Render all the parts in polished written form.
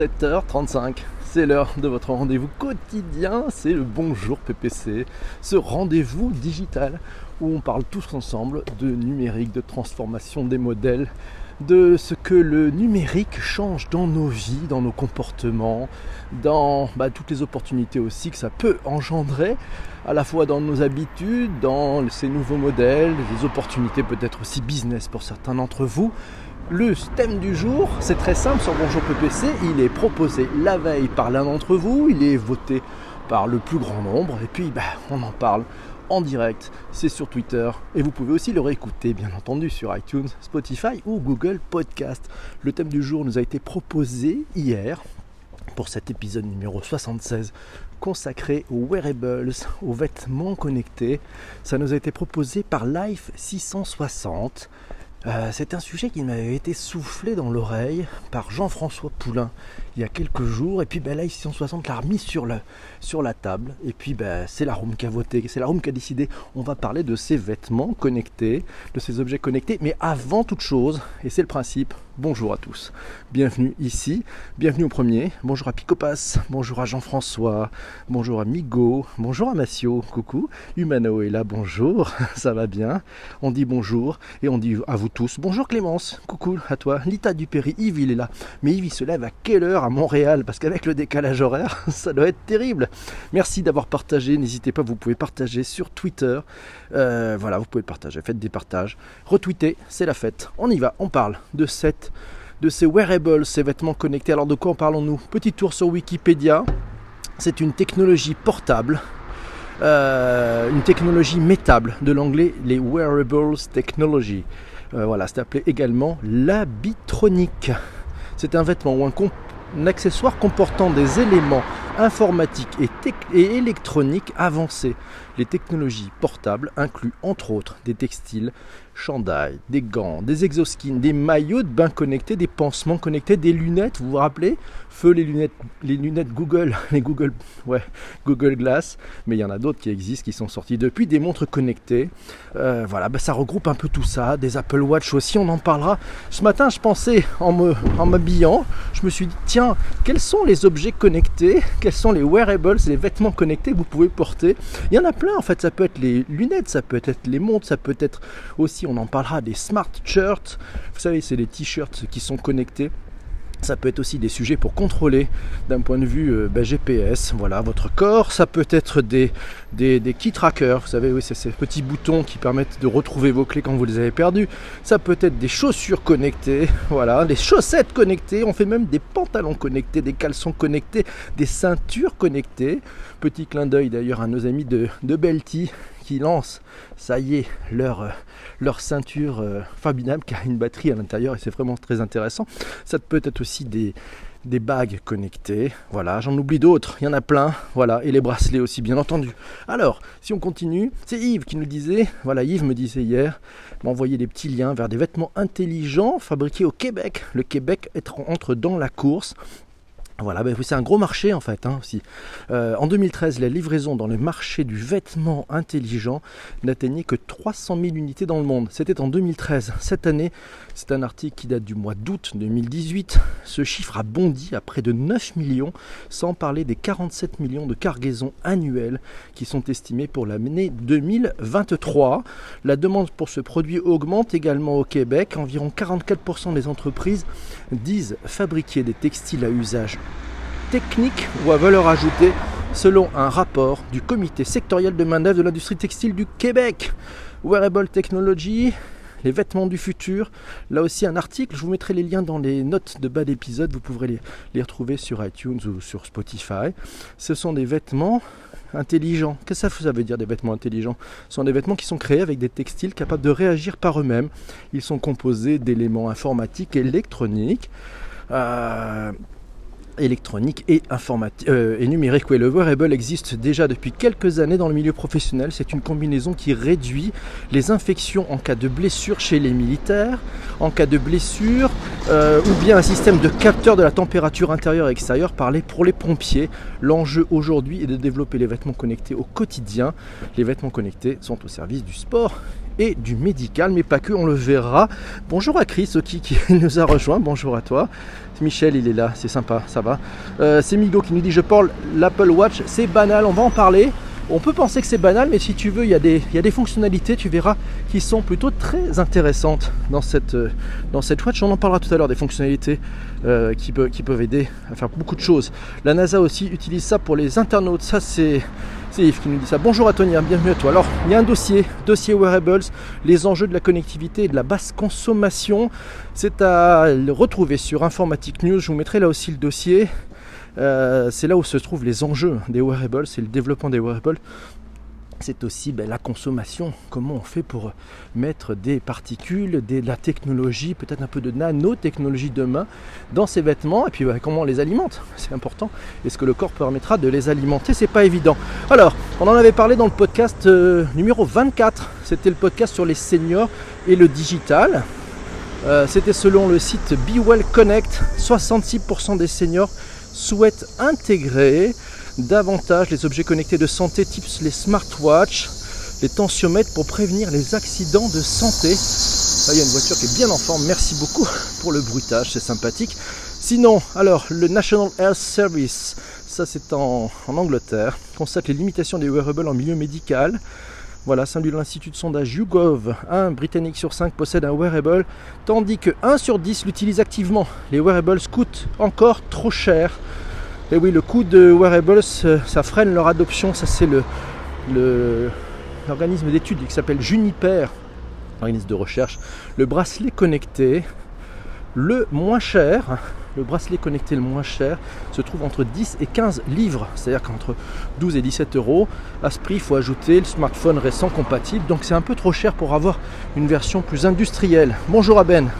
7h35, c'est l'heure de votre rendez-vous quotidien, c'est le Bonjour PPC, ce rendez-vous digital où on parle tous ensemble de numérique, de transformation des modèles, de ce que le numérique change dans nos vies, dans nos comportements, dans toutes les opportunités aussi que ça peut engendrer, à la fois dans nos habitudes, dans ces nouveaux modèles, des opportunités peut-être aussi business pour certains d'entre vous. Le thème du jour, c'est très simple sur Bonjour PPC, il est proposé la veille par l'un d'entre vous, il est voté par le plus grand nombre et puis on en parle en direct, c'est sur Twitter et vous pouvez aussi le réécouter bien entendu sur iTunes, Spotify ou Google Podcast. Le thème du jour nous a été proposé hier pour cet épisode numéro 76 consacré aux wearables, aux vêtements connectés. Ça nous a été proposé par Life 660. C'est un sujet qui m'avait été soufflé dans l'oreille par Jean-François Poulain il y a quelques jours et puis là Life 660 l'a remis sur la table et puis c'est la room qui a voté, c'est la room qui a décidé. On va parler de ces vêtements connectés, de ces objets connectés, mais avant toute chose, et c'est le principe, bonjour à tous, bienvenue ici, bienvenue au premier, bonjour à Picopas, bonjour à Jean-François, bonjour à Migo, bonjour à Massio, coucou, Humano est là, bonjour, ça va bien, on dit bonjour et on dit à vous tous, bonjour Clémence, coucou à toi, Lita Dupéry, Yves il est là, mais Yves il se lève à quelle heure à Montréal, parce qu'avec le décalage horaire, ça doit être terrible. Merci d'avoir partagé, n'hésitez pas, vous pouvez partager sur Twitter, vous pouvez le partager, faites des partages, retweetez, c'est la fête, on y va, on parle de ces wearables, ces vêtements connectés. Alors de quoi en parlons-nous? Petit tour sur Wikipédia, c'est une technologie portable, une technologie mettable, de l'anglais les wearables technology. C'est appelé également l'habitronique. C'est un vêtement ou un accessoire comportant des éléments informatiques et électroniques avancés. Les technologies portables incluent entre autres des textiles, chandails, des gants, des exoskins, des maillots de bain connectés, des pansements connectés, des lunettes, vous vous rappelez? Les lunettes Google, Google Glass, mais il y en a d'autres qui existent, qui sont sortis depuis, des montres connectées. Ça regroupe un peu tout ça, des Apple Watch aussi, on en parlera. Ce matin, je pensais, en m'habillant, je me suis dit, tiens, quels sont les objets connectés? Quels sont les wearables, les vêtements connectés que vous pouvez porter? Il y en a plein en fait, ça peut être les lunettes, ça peut être les montres, ça peut être aussi, on en parlera, des smart shirts. Vous savez, c'est les t-shirts qui sont connectés. Ça peut être aussi des sujets pour contrôler d'un point de vue GPS, votre corps. Ça peut être des key trackers, vous savez, oui, c'est ces petits boutons qui permettent de retrouver vos clés quand vous les avez perdues. Ça peut être des chaussures connectées, des chaussettes connectées. On fait même des pantalons connectés, des caleçons connectés, des ceintures connectées. Petit clin d'œil d'ailleurs à nos amis de Belty qui lancent, ça y est, leur ceinture Fabinam qui a une batterie à l'intérieur et c'est vraiment très intéressant. Ça peut être aussi des bagues connectées, j'en oublie d'autres, il y en a plein, et les bracelets aussi bien entendu. Alors, si on continue, c'est Yves qui nous disait, Yves me disait hier, m'envoyer des petits liens vers des vêtements intelligents fabriqués au Québec. Le Québec entre dans la course. C'est un gros marché en fait aussi. En 2013, la livraison dans le marché du vêtement intelligent n'atteignait que 300 000 unités dans le monde. C'était en 2013. Cette année, c'est un article qui date du mois d'août 2018. Ce chiffre a bondi à près de 9 millions, sans parler des 47 millions de cargaisons annuelles qui sont estimées pour l'année 2023. La demande pour ce produit augmente également au Québec. Environ 44% des entreprises disent fabriquer des textiles à usage technique ou à valeur ajoutée selon un rapport du comité sectoriel de main-d'œuvre de l'industrie textile du Québec. Wearable Technology, les vêtements du futur, là aussi un article, je vous mettrai les liens dans les notes de bas d'épisode, vous pourrez les retrouver sur iTunes ou sur Spotify. Ce sont des vêtements intelligents. Qu'est-ce que ça veut dire des vêtements intelligents? Ce sont des vêtements qui sont créés avec des textiles capables de réagir par eux-mêmes. Ils sont composés d'éléments informatiques et électroniques et numérique. Le wearable existe déjà depuis quelques années dans le milieu professionnel. C'est une combinaison qui réduit les infections en cas de blessure chez les militaires, en cas de blessure, ou bien un système de capteur de la température intérieure et extérieure pour les pompiers. L'enjeu aujourd'hui est de développer les vêtements connectés au quotidien. Les vêtements connectés sont au service du sport et du médical, mais pas que, on le verra. Bonjour à Chris qui nous a rejoint, bonjour à toi. Michel, il est là, c'est sympa, ça va. C'est Migo qui nous dit, je parle l'Apple Watch, c'est banal, on va en parler. On peut penser que c'est banal, mais si tu veux, il y a des fonctionnalités, tu verras, qui sont plutôt très intéressantes dans cette watch. On en parlera tout à l'heure des fonctionnalités qui peuvent aider à faire beaucoup de choses. La NASA aussi utilise ça pour les internautes. Ça, c'est Yves qui nous dit ça. Bonjour à Tony, bienvenue à toi. Alors, il y a un dossier wearables, les enjeux de la connectivité et de la basse consommation. C'est à le retrouver sur Informatique News. Je vous mettrai là aussi le dossier. C'est là où se trouvent les enjeux des wearables, c'est le développement des wearables. C'est aussi la consommation, comment on fait pour mettre des particules, de la technologie, peut-être un peu de nanotechnologie demain dans ces vêtements, et puis comment on les alimente, c'est important. Est-ce que le corps permettra de les alimenter? C'est pas évident. Alors, on en avait parlé dans le podcast numéro 24, c'était le podcast sur les seniors et le digital. C'était selon le site BeWell Connect, 66% des seniors souhaitent intégrer davantage les objets connectés de santé type les smartwatches, les tensiomètres pour prévenir les accidents de santé. Là, il y a une voiture qui est bien en forme, merci beaucoup pour le bruitage, c'est sympathique. Sinon, alors le National Health Service, ça c'est en Angleterre, constate les limitations des wearables en milieu médical. Voilà, sein de l'institut de sondage YouGov, un Britannique sur 5 possède un wearable, tandis que 1 sur 10 l'utilise activement. Les wearables coûtent encore trop cher. Et oui, le coût de wearables, ça freine leur adoption. Ça, c'est l'organisme d'études qui s'appelle Juniper, organisme de recherche. Le bracelet connecté, le moins cher, se trouve entre 10 et 15 livres, c'est-à-dire qu'entre 12 et 17 euros. À ce prix, il faut ajouter le smartphone récent compatible, donc c'est un peu trop cher pour avoir une version plus industrielle. Bonjour à Ben,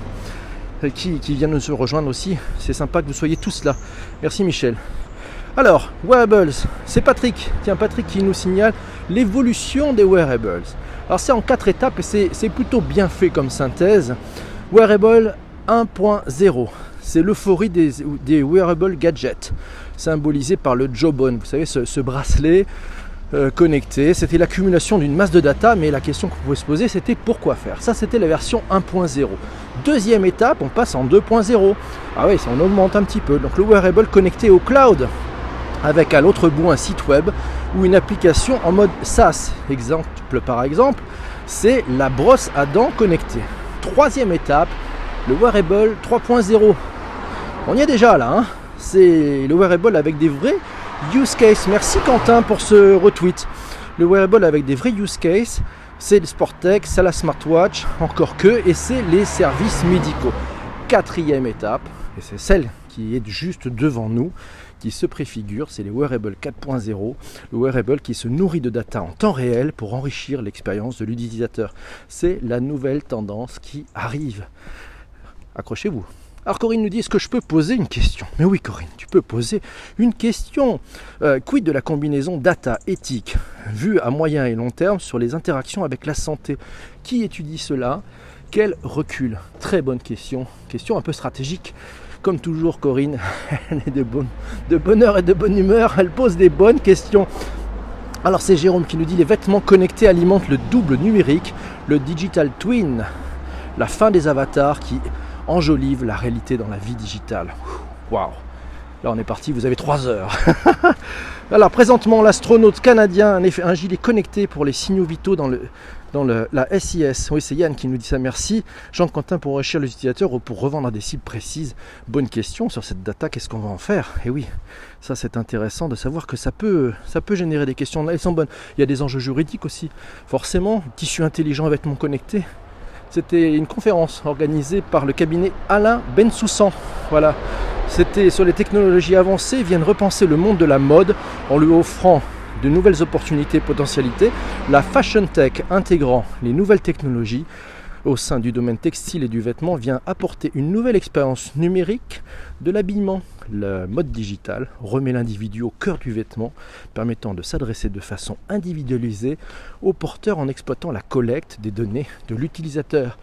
qui vient de nous rejoindre aussi, c'est sympa que vous soyez tous là. Merci Michel. Alors, wearables, c'est Patrick qui nous signale l'évolution des wearables. Alors c'est en 4 étapes et c'est plutôt bien fait comme synthèse. Wearable 1.0, c'est l'euphorie des wearable gadgets, symbolisé par le Jawbone. Vous savez, ce bracelet connecté, c'était l'accumulation d'une masse de data, mais la question que vous pouvez se poser, c'était pourquoi faire. Ça, c'était la version 1.0. Deuxième étape, on passe en 2.0. Ah oui, on augmente un petit peu. Donc le wearable connecté au cloud, avec à l'autre bout un site web ou une application en mode SaaS. Exemple par exemple, c'est la brosse à dents connectée. Troisième étape, le wearable 3.0. On y est déjà là, hein. C'est le wearable avec des vrais use cases. Merci Quentin pour ce retweet. Le wearable avec des vrais use cases, c'est le Sportec, c'est la smartwatch, encore que, et c'est les services médicaux. Quatrième étape, et c'est celle qui est juste devant nous, qui se préfigure, c'est les wearables 4.0, le wearable qui se nourrit de data en temps réel pour enrichir l'expérience de l'utilisateur. C'est la nouvelle tendance qui arrive. Accrochez-vous. Alors Corinne nous dit, est-ce que je peux poser une question? Mais oui Corinne, tu peux poser une question. Quid de la combinaison data éthique vue à moyen et long terme sur les interactions avec la santé? Qui étudie cela? Quel recul? Très bonne question. Question un peu stratégique. Comme toujours Corinne, elle est de bonheur et de bonne humeur, elle pose des bonnes questions. Alors c'est Jérôme qui nous dit, les vêtements connectés alimentent le double numérique, le digital twin, la fin des avatars qui enjolive la réalité dans la vie digitale. Waouh! Là on est parti, vous avez 3 heures. Alors présentement l'astronaute canadien a un gilet connecté pour les signaux vitaux dans la SIS. Oui, c'est Yann qui nous dit ça, merci. Jean-Quentin pour enrichir les utilisateurs ou pour revendre à des cibles précises. Bonne question sur cette data, qu'est-ce qu'on va en faire? Et oui, ça c'est intéressant de savoir que ça peut générer des questions. Elles sont bonnes. Il y a des enjeux juridiques aussi. Forcément, tissu intelligent et vêtements connectés. C'était une conférence organisée par le cabinet Alain Bensoussan. Voilà. C'était sur les technologies avancées, viennent repenser le monde de la mode en lui offrant de nouvelles opportunités et potentialités. La Fashion Tech intégrant les nouvelles technologies au sein du domaine textile et du vêtement vient apporter une nouvelle expérience numérique de l'habillement. Le mode digital remet l'individu au cœur du vêtement, permettant de s'adresser de façon individualisée aux porteurs en exploitant la collecte des données de l'utilisateur.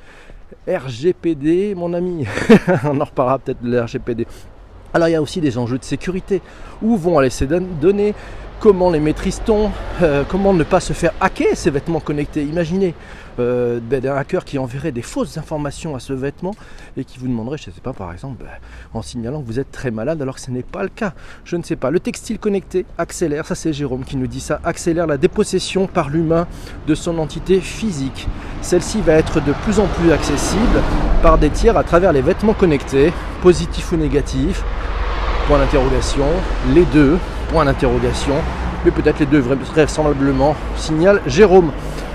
RGPD, mon ami, on en reparlera peut-être de la RGPD. Alors il y a aussi des enjeux de sécurité. Où vont aller ces données? Comment les maîtrise-t-on ? Comment ne pas se faire hacker ces vêtements connectés ? Imaginez un hacker qui enverrait des fausses informations à ce vêtement et qui vous demanderait, je ne sais pas, par exemple, en signalant que vous êtes très malade alors que ce n'est pas le cas. Je ne sais pas. Le textile connecté accélère, ça c'est Jérôme qui nous dit ça, accélère la dépossession par l'humain de son entité physique. Celle-ci va être de plus en plus accessible par des tiers à travers les vêtements connectés, positifs ou négatifs, point d'interrogation, les deux, point d'interrogation, mais peut-être les deux vraisemblablement, signale Jérôme.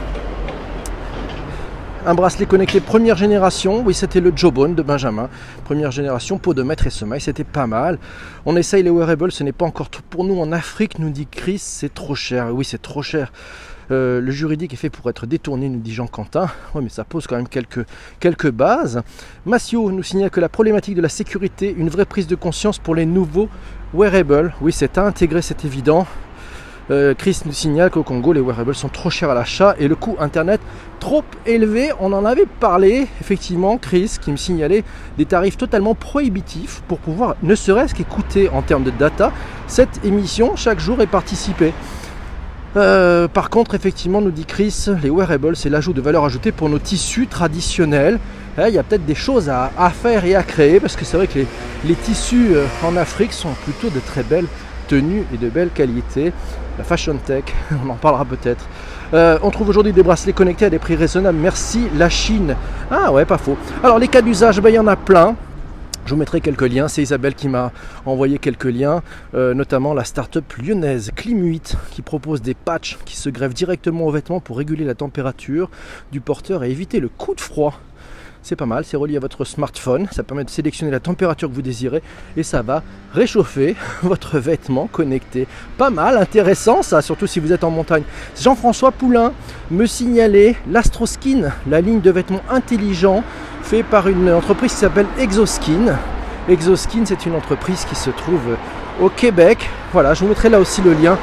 Un bracelet connecté première génération, oui c'était le Jawbone de Benjamin, première génération, peau de maître et semaille, c'était pas mal. On essaye les wearables, ce n'est pas encore tout pour nous en Afrique, nous dit Chris, c'est trop cher, oui c'est trop cher. Le juridique est fait pour être détourné, nous dit Jean-Quentin. Oui, mais ça pose quand même quelques bases. Massio nous signale que la problématique de la sécurité, une vraie prise de conscience pour les nouveaux wearables. Oui, c'est à intégrer, c'est évident. Chris nous signale qu'au Congo, les wearables sont trop chers à l'achat et le coût internet trop élevé. On en avait parlé, effectivement, Chris qui me signalait des tarifs totalement prohibitifs pour pouvoir ne serait-ce qu'écouter en termes de data cette émission chaque jour et participer. Par contre, effectivement, nous dit Chris, les wearables, c'est l'ajout de valeur ajoutée pour nos tissus traditionnels. Il y a peut-être des choses à faire et à créer, parce que c'est vrai que les tissus en Afrique sont plutôt de très belles tenues et de belle qualité. La fashion tech, on en parlera peut-être. On trouve aujourd'hui des bracelets connectés à des prix raisonnables. Merci la Chine. Ah ouais, pas faux. Alors les cas d'usage, il y en a plein. Je vous mettrai quelques liens, c'est Isabelle qui m'a envoyé quelques liens, notamment la start-up lyonnaise Clim8 qui propose des patchs qui se greffent directement aux vêtements pour réguler la température du porteur et éviter le coup de froid. C'est pas mal, c'est relié à votre smartphone, ça permet de sélectionner la température que vous désirez et ça va réchauffer votre vêtement connecté. Pas mal, intéressant ça, surtout si vous êtes en montagne. Jean-François Poulain me signalait l'Astroskin, la ligne de vêtements intelligents fait par une entreprise qui s'appelle Exoskin. Exoskin, c'est une entreprise qui se trouve au Québec. Voilà, je vous mettrai là aussi le lien.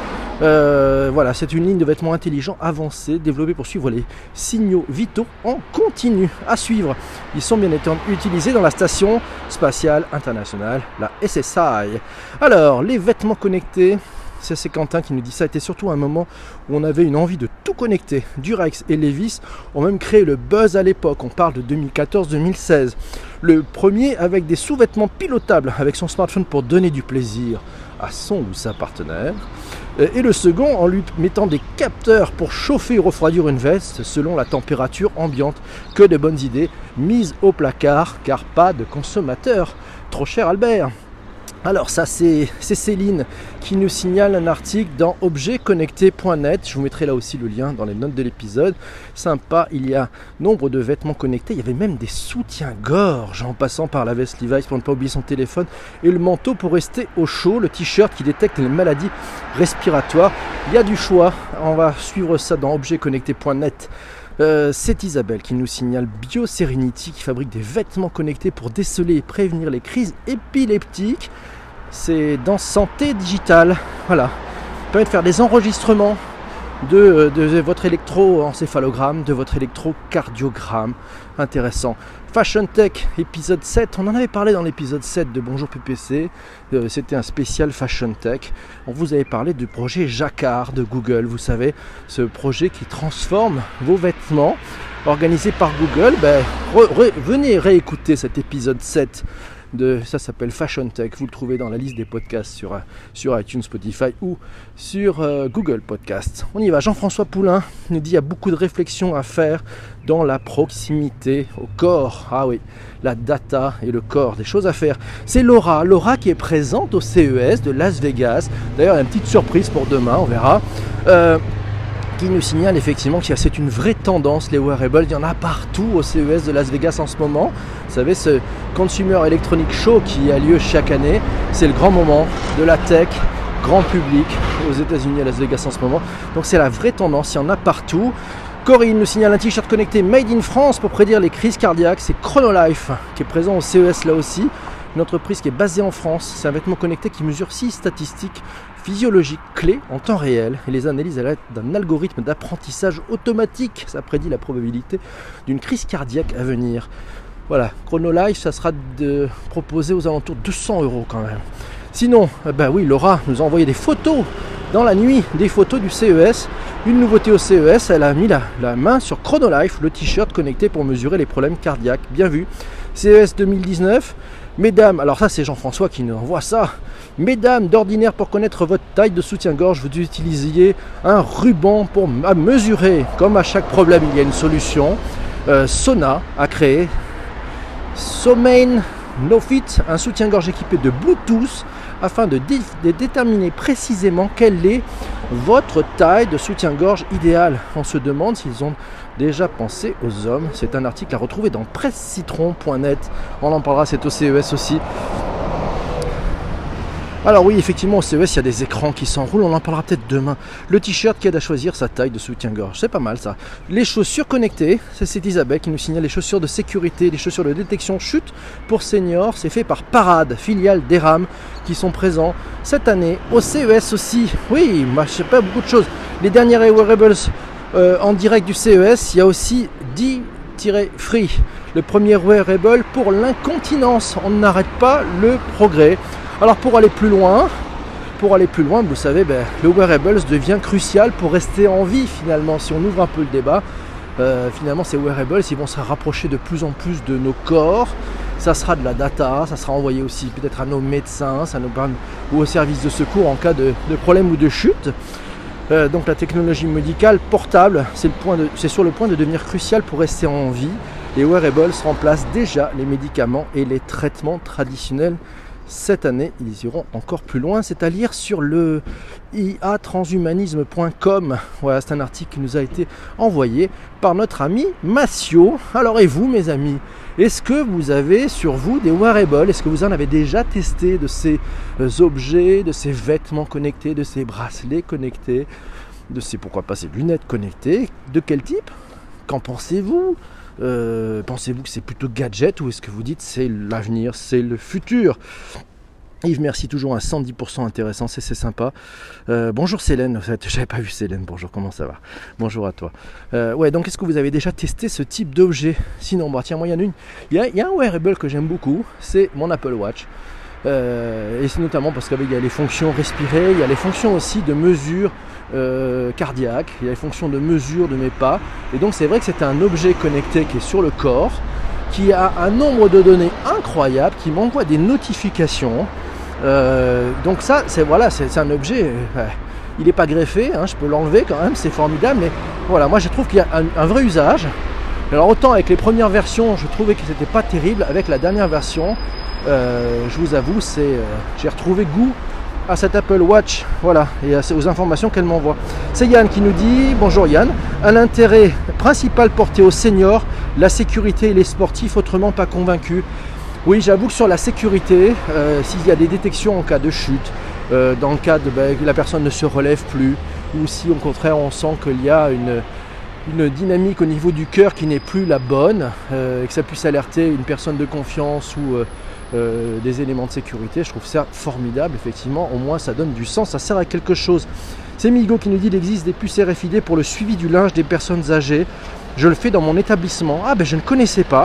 Voilà, c'est une ligne de vêtements intelligents avancés, développée pour suivre les signaux vitaux en continu. À suivre, ils sont bien utilisés dans la station spatiale internationale, la SSI. Alors, les vêtements connectés, c'est Quentin qui nous dit ça, était surtout un moment où on avait une envie de tout connecter. Durex et Levi's ont même créé le buzz à l'époque, on parle de 2014-2016. Le premier avec des sous-vêtements pilotables avec son smartphone pour donner du plaisir à son ou sa partenaire. Et le second en lui mettant des capteurs pour chauffer ou refroidir une veste selon la température ambiante. Que de bonnes idées mises au placard car pas de consommateur. Trop cher Albert. Alors ça c'est Céline qui nous signale un article dans objetconnecté.net. Je vous mettrai là aussi le lien dans les notes de l'épisode. Sympa, il y a nombre de vêtements connectés. Il y avait même des soutiens-gorge en passant par la veste Levi's pour ne pas oublier son téléphone et le manteau pour rester au chaud, le t-shirt qui détecte les maladies respiratoires. Il y a du choix, on va suivre ça dans objetconnecté.net. C'est Isabelle qui nous signale BioSerenity qui fabrique des vêtements connectés pour déceler et prévenir les crises épileptiques. C'est dans Santé Digitale. Voilà. Ça permet de faire des enregistrements de votre électroencéphalogramme, de votre électrocardiogramme. Intéressant. Fashion Tech, épisode 7. On en avait parlé dans l'épisode 7 de Bonjour PPC. C'était un spécial Fashion Tech. On vous avait parlé du projet Jacquard de Google. Vous savez, ce projet qui transforme vos vêtements organisé par Google. Venez réécouter cet épisode 7. Ça s'appelle Fashion Tech, vous le trouvez dans la liste des podcasts sur iTunes, Spotify ou sur Google Podcasts. On y va, Jean-François Poulain nous dit qu'il y a beaucoup de réflexions à faire dans la proximité au corps. Ah oui, la data et le corps, des choses à faire. C'est Laura qui est présente au CES de Las Vegas. D'ailleurs, il y a une petite surprise pour demain, on verra. Qui nous signale effectivement que c'est une vraie tendance, les wearables, il y en a partout au CES de Las Vegas en ce moment. Vous savez, ce Consumer Electronic Show qui a lieu chaque année, c'est le grand moment de la tech, grand public aux États-Unis à Las Vegas en ce moment. Donc c'est la vraie tendance, il y en a partout. Corinne nous signale un t-shirt connecté Made in France pour prédire les crises cardiaques, c'est Chronolife qui est présent au CES là aussi. Une entreprise qui est basée en France, c'est un vêtement connecté qui mesure 6 statistiques physiologiques clés en temps réel et les analyse à l'aide d'un algorithme d'apprentissage automatique. Ça prédit la probabilité d'une crise cardiaque à venir. Voilà, Chronolife, ça sera proposé aux alentours de 200 € quand même. Sinon, oui, Laura nous a envoyé des photos dans la nuit des photos du CES. Une nouveauté au CES, elle a mis la main sur Chronolife, le t-shirt connecté pour mesurer les problèmes cardiaques. Bien vu. CES 2019. Mesdames, alors ça c'est Jean-François qui nous envoie ça. Mesdames, d'ordinaire pour connaître votre taille de soutien-gorge, vous utilisiez un ruban pour mesurer. Comme à chaque problème, il y a une solution. Sona a créé Somain NoFit, un soutien-gorge équipé de Bluetooth afin de déterminer précisément quelle est votre taille de soutien-gorge idéale. On se demande s'ils ont déjà pensé aux hommes. C'est un article à retrouver dans pressecitron.net. On en parlera, c'est au CES aussi. Alors oui, effectivement, au CES, il y a des écrans qui s'enroulent, on en parlera peut-être demain. Le t-shirt qui aide à choisir sa taille de soutien-gorge, c'est pas mal ça. Les chaussures connectées, c'est Isabelle qui nous signale les chaussures de sécurité, les chaussures de détection chute pour seniors. C'est fait par Parade, filiale d'Eram, qui sont présents cette année au CES aussi. Oui, je sais pas beaucoup de choses. Les dernières wearables en direct du CES, il y a aussi D-Free, le premier wearable pour l'incontinence. On n'arrête pas le progrès. Alors pour aller plus loin, vous savez, le wearables devient crucial pour rester en vie finalement. Si on ouvre un peu le débat, finalement ces wearables, ils vont se rapprocher de plus en plus de nos corps. Ça sera de la data, ça sera envoyé aussi peut-être à nos médecins, ou aux services de secours en cas de problème ou de chute. Donc la technologie médicale portable, c'est sur le point de devenir crucial pour rester en vie. Les wearables remplacent déjà les médicaments et les traitements traditionnels. Cette année, ils iront encore plus loin, c'est à lire sur le iatranshumanisme.com. Voilà, c'est un article qui nous a été envoyé par notre ami Massio. Alors et vous, mes amis, est-ce que vous avez sur vous des wearables? Est-ce que vous en avez déjà testé de ces objets, de ces vêtements connectés, de ces bracelets connectés, de ces, pourquoi pas, ces lunettes connectées? De quel type? Qu'en pensez-vous? Pensez-vous que c'est plutôt gadget ou est-ce que vous dites c'est l'avenir, c'est le futur? Yves, merci, toujours un 110% intéressant, c'est sympa. Bonjour Célène, j'avais pas vu Célène, bonjour, comment ça va? Bonjour à toi. Ouais, donc est-ce que vous avez déjà testé ce type d'objet? Sinon, tiens, moi il y a un wearable que j'aime beaucoup, c'est mon Apple Watch. Et c'est notamment parce qu'il y a les fonctions respirer, il y a les fonctions aussi de mesure cardiaque, il y a les fonctions de mesure de mes pas. Et donc c'est vrai que c'est un objet connecté qui est sur le corps, qui a un nombre de données incroyable, qui m'envoie des notifications. Donc ça, c'est un objet, il n'est pas greffé, je peux l'enlever quand même, c'est formidable. Mais voilà, moi je trouve qu'il y a un vrai usage. Alors autant avec les premières versions, je trouvais que c'était pas terrible. Avec la dernière version, je vous avoue, j'ai retrouvé goût à cette Apple Watch, voilà, et aux informations qu'elle m'envoie. C'est Yann qui nous dit, bonjour Yann, un intérêt principal porté aux seniors, la sécurité et les sportifs, autrement pas convaincus. Oui, j'avoue que sur la sécurité, s'il y a des détections en cas de chute, dans le cas de que la personne ne se relève plus, ou si au contraire on sent qu'il y a une dynamique au niveau du cœur qui n'est plus la bonne, et que ça puisse alerter une personne de confiance ou des éléments de sécurité, je trouve ça formidable, effectivement. Au moins ça donne du sens, ça sert à quelque chose. C'est Migo qui nous dit qu'il existe des puces RFID pour le suivi du linge des personnes âgées. Je le fais dans mon établissement. Ah je ne connaissais pas.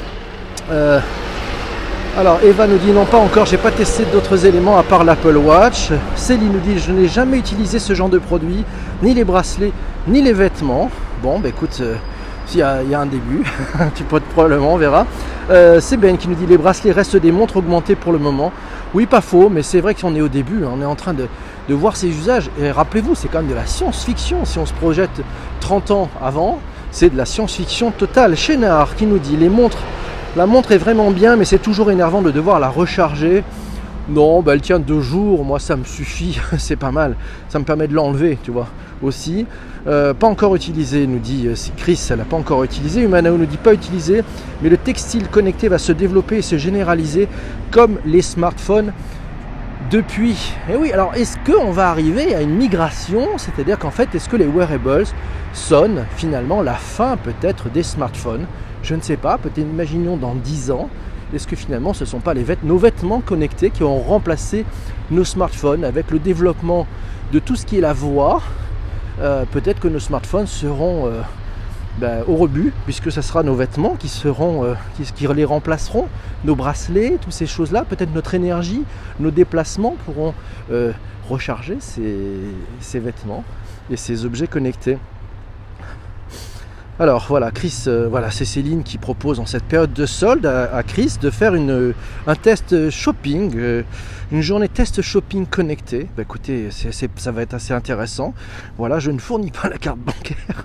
Alors Eva nous dit non, pas encore, j'ai pas testé d'autres éléments à part l'Apple Watch. Céline nous dit je n'ai jamais utilisé ce genre de produit, ni les bracelets, ni les vêtements. Bon écoute, il y a un début, tu peux probablement, on verra. C'est Ben qui nous dit les bracelets restent des montres augmentées pour le moment. Oui, pas faux, mais c'est vrai qu'on est au début, on est en train de voir ces usages. Et rappelez-vous, c'est quand même de la science-fiction. Si on se projette 30 ans avant, c'est de la science-fiction totale. Chénard qui nous dit la montre est vraiment bien, mais c'est toujours énervant de devoir la recharger. Non, elle tient 2 jours, moi ça me suffit, c'est pas mal. Ça me permet de l'enlever, tu vois, aussi. Pas encore utilisé, nous dit Chris, elle n'a pas encore utilisé. Humanao nous dit pas utilisé, mais le textile connecté va se développer et se généraliser comme les smartphones depuis. Et oui, alors est-ce qu'on va arriver à une migration? C'est-à-dire qu'en fait, est-ce que les wearables sonnent finalement la fin peut-être des smartphones? Je ne sais pas, peut-être imaginons dans 10 ans. Est-ce que finalement ce ne sont pas nos vêtements connectés qui ont remplacé nos smartphones avec le développement de tout ce qui est la voix? Peut-être que nos smartphones seront au rebut, puisque ce sera nos vêtements qui les remplaceront, nos bracelets, toutes ces choses-là, peut-être notre énergie, nos déplacements pourront recharger ces vêtements et ces objets connectés. Alors voilà, Chris, c'est Céline qui propose en cette période de solde à Chris de faire un test shopping, une journée test shopping connectée. Écoutez, ça va être assez intéressant. Voilà, je ne fournis pas la carte bancaire.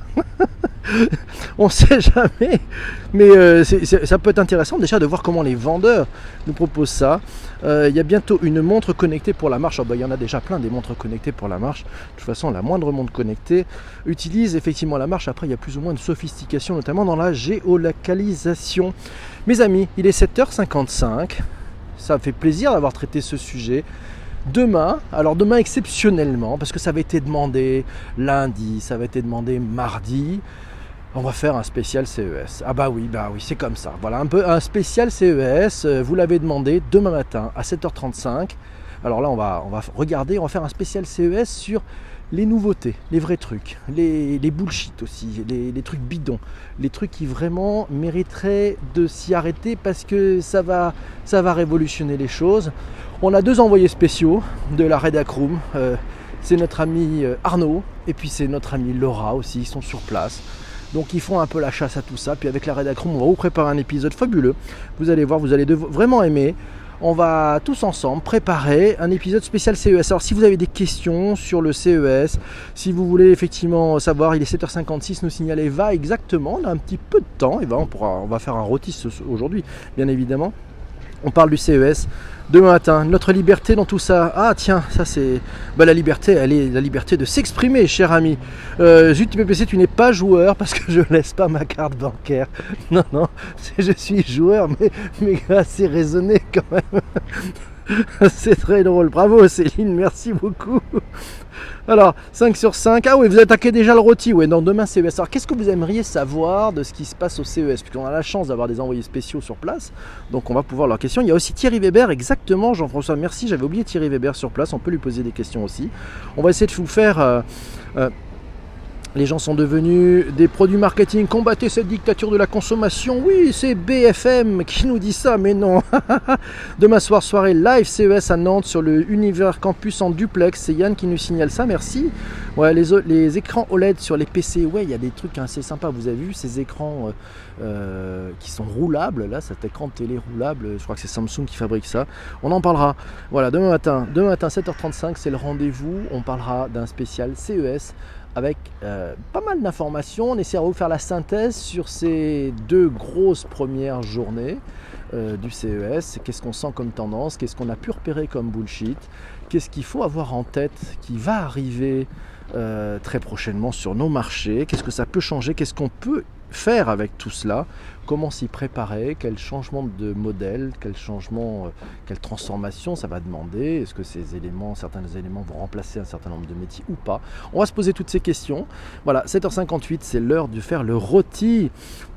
On ne sait jamais, mais ça peut être intéressant déjà de voir comment les vendeurs nous proposent ça. Il y a bientôt une montre connectée pour la marche. Il y en a déjà plein des montres connectées pour la marche. De toute façon, la moindre montre connectée utilise effectivement la marche. Après, il y a plus ou moins de sophistication, notamment dans la géolocalisation. Mes amis, il est 7h55. Ça me fait plaisir d'avoir traité ce sujet. Demain exceptionnellement, parce que ça avait été demandé lundi, ça avait été demandé mardi, on va faire un spécial CES. Ah bah oui, c'est comme ça. Voilà, un spécial CES, vous l'avez demandé demain matin à 7h35. Alors là, on va regarder, on va faire un spécial CES sur les nouveautés, les vrais trucs, les bullshit aussi, les trucs bidons, les trucs qui vraiment mériteraient de s'y arrêter parce que ça va révolutionner les choses. On a 2 envoyés spéciaux de la Redacroom, c'est notre ami Arnaud et puis c'est notre amie Laura aussi, ils sont sur place. Donc ils font un peu la chasse à tout ça. Puis avec la Redacroom, on va vous préparer un épisode fabuleux. Vous allez voir, vous allez vraiment aimer. On va tous ensemble préparer un épisode spécial CES. Alors si vous avez des questions sur le CES, si vous voulez effectivement savoir, il est 7h56, nous signale Eva exactement. On a un petit peu de temps. Eva, on va faire un rôti aujourd'hui, bien évidemment. On parle du CES demain matin, notre liberté dans tout ça. Ah tiens, ça c'est... la liberté, elle est la liberté de s'exprimer, cher ami. Zut PPC, tu n'es pas joueur parce que je laisse pas ma carte bancaire. Non, je suis joueur, mais assez raisonné quand même. C'est très drôle, bravo Céline, merci beaucoup. Alors, 5 sur 5, ah oui, vous attaquez déjà le rôti, ouais, non, demain CES. Alors, qu'est-ce que vous aimeriez savoir de ce qui se passe au CES? Puisqu'on a la chance d'avoir des envoyés spéciaux sur place, donc on va pouvoir leurs questions. Il y a aussi Thierry Weber, exactement, Jean-François, merci, j'avais oublié Thierry Weber sur place, on peut lui poser des questions aussi. On va essayer de vous faire... les gens sont devenus des produits marketing. Combattez cette dictature de la consommation. Oui, c'est BFM qui nous dit ça, mais non. Demain soir, soirée live CES à Nantes sur le Univers Campus en duplex. C'est Yann qui nous signale ça, merci. Ouais, les écrans OLED sur les PC, ouais, il y a des trucs assez sympas. Vous avez vu ces écrans qui sont roulables, là, cet écran de télé roulable, je crois que c'est Samsung qui fabrique ça. On en parlera. Voilà, demain matin 7h35, c'est le rendez-vous. On parlera d'un spécial CES avec pas mal d'informations. On essaiera de vous faire la synthèse sur ces 2 grosses premières journées du CES. Qu'est-ce qu'on sent comme tendance? Qu'est-ce qu'on a pu repérer comme bullshit? Qu'est-ce qu'il faut avoir en tête qui va arriver très prochainement sur nos marchés? Qu'est-ce que ça peut changer? Qu'est-ce qu'on peut faire avec tout cela? Comment s'y préparer? Quel changement de modèle? Quelle transformation ça va demander? Est-ce que certains éléments vont remplacer un certain nombre de métiers ou pas? On va se poser toutes ces questions. Voilà, 7h58, c'est l'heure de faire le rôti.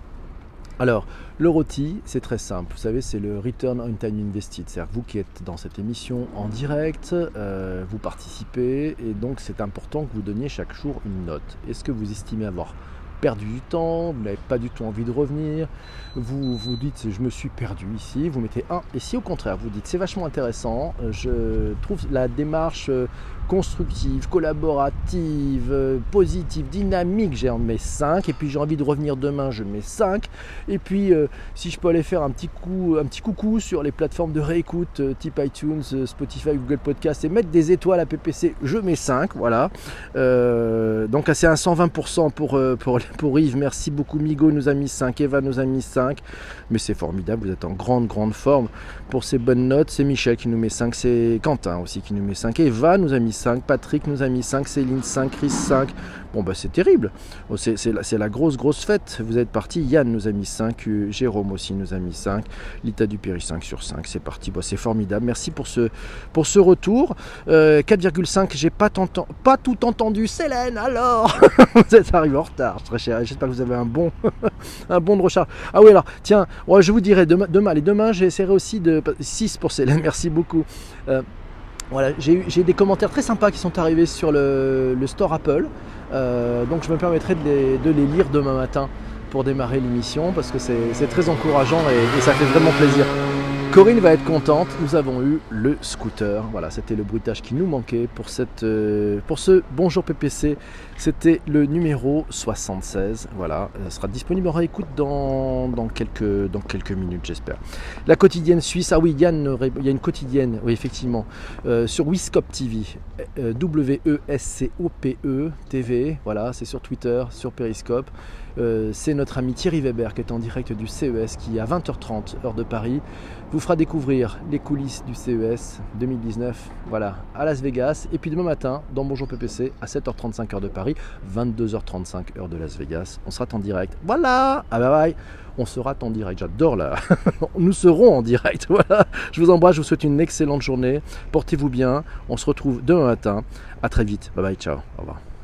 Alors, le rôti, c'est très simple. Vous savez, c'est le Return on Time Invested. C'est-à-dire vous qui êtes dans cette émission en direct, vous participez et donc c'est important que vous donniez chaque jour une note. Est-ce que vous estimez avoir perdu du temps, vous n'avez pas du tout envie de revenir, vous vous dites je me suis perdu ici, vous mettez 1, et si au contraire vous dites c'est vachement intéressant, je trouve la démarche constructive, collaborative, positive, dynamique, j'ai mets 5, et puis j'ai envie de revenir demain, je mets 5, et puis si je peux aller faire un petit coucou sur les plateformes de réécoute type iTunes, Spotify, Google Podcast et mettre des étoiles à PPC, je mets 5, voilà. Donc c'est un 120% pour Yves, merci beaucoup. Migo nous a mis 5, Eva nous a mis 5, mais c'est formidable, vous êtes en grande forme pour ces bonnes notes. C'est Michel qui nous met 5, c'est Quentin aussi qui nous met 5, Eva nous a mis 5, Patrick nous a mis 5, Céline 5, Chris 5. Bon bah c'est terrible, c'est la grosse fête, vous êtes parti. Yann nous a mis 5, Jérôme aussi nous a mis 5, Lita Dupéry 5 sur 5, c'est parti, bon, c'est formidable, merci pour ce retour. 4,5, j'ai pas tout entendu, Célène, alors vous êtes arrivé en retard, très cher, j'espère que vous avez un bon de recharge. Ah oui alors, tiens, ouais, je vous dirai demain j'essaierai aussi de 6 pour Célène, merci beaucoup. Voilà, j'ai des commentaires très sympas qui sont arrivés sur le store Apple. Donc je me permettrai de les lire demain matin pour démarrer l'émission parce que c'est très encourageant et ça fait vraiment plaisir. Corinne va être contente, nous avons eu le scooter. Voilà, c'était le bruitage qui nous manquait pour ce Bonjour PPC. C'était le numéro 76. Voilà, ça sera disponible en réécoute dans quelques minutes, j'espère. La quotidienne suisse, ah oui, il y a une quotidienne, oui, effectivement, sur Wiscope TV, WESCOPE TV. Voilà, c'est sur Twitter, sur Periscope. C'est notre ami Thierry Weber qui est en direct du CES qui à 20h30 heure de Paris vous fera découvrir les coulisses du CES 2019 voilà, à Las Vegas et puis demain matin dans Bonjour PPC à 7h35 heure de Paris, 22h35 heure de Las Vegas, on sera en direct. Voilà, ah bye bye, on sera en direct, j'adore là, nous serons en direct, voilà. Je vous embrasse, je vous souhaite une excellente journée, portez-vous bien, on se retrouve demain matin, à très vite, bye bye, ciao, au revoir.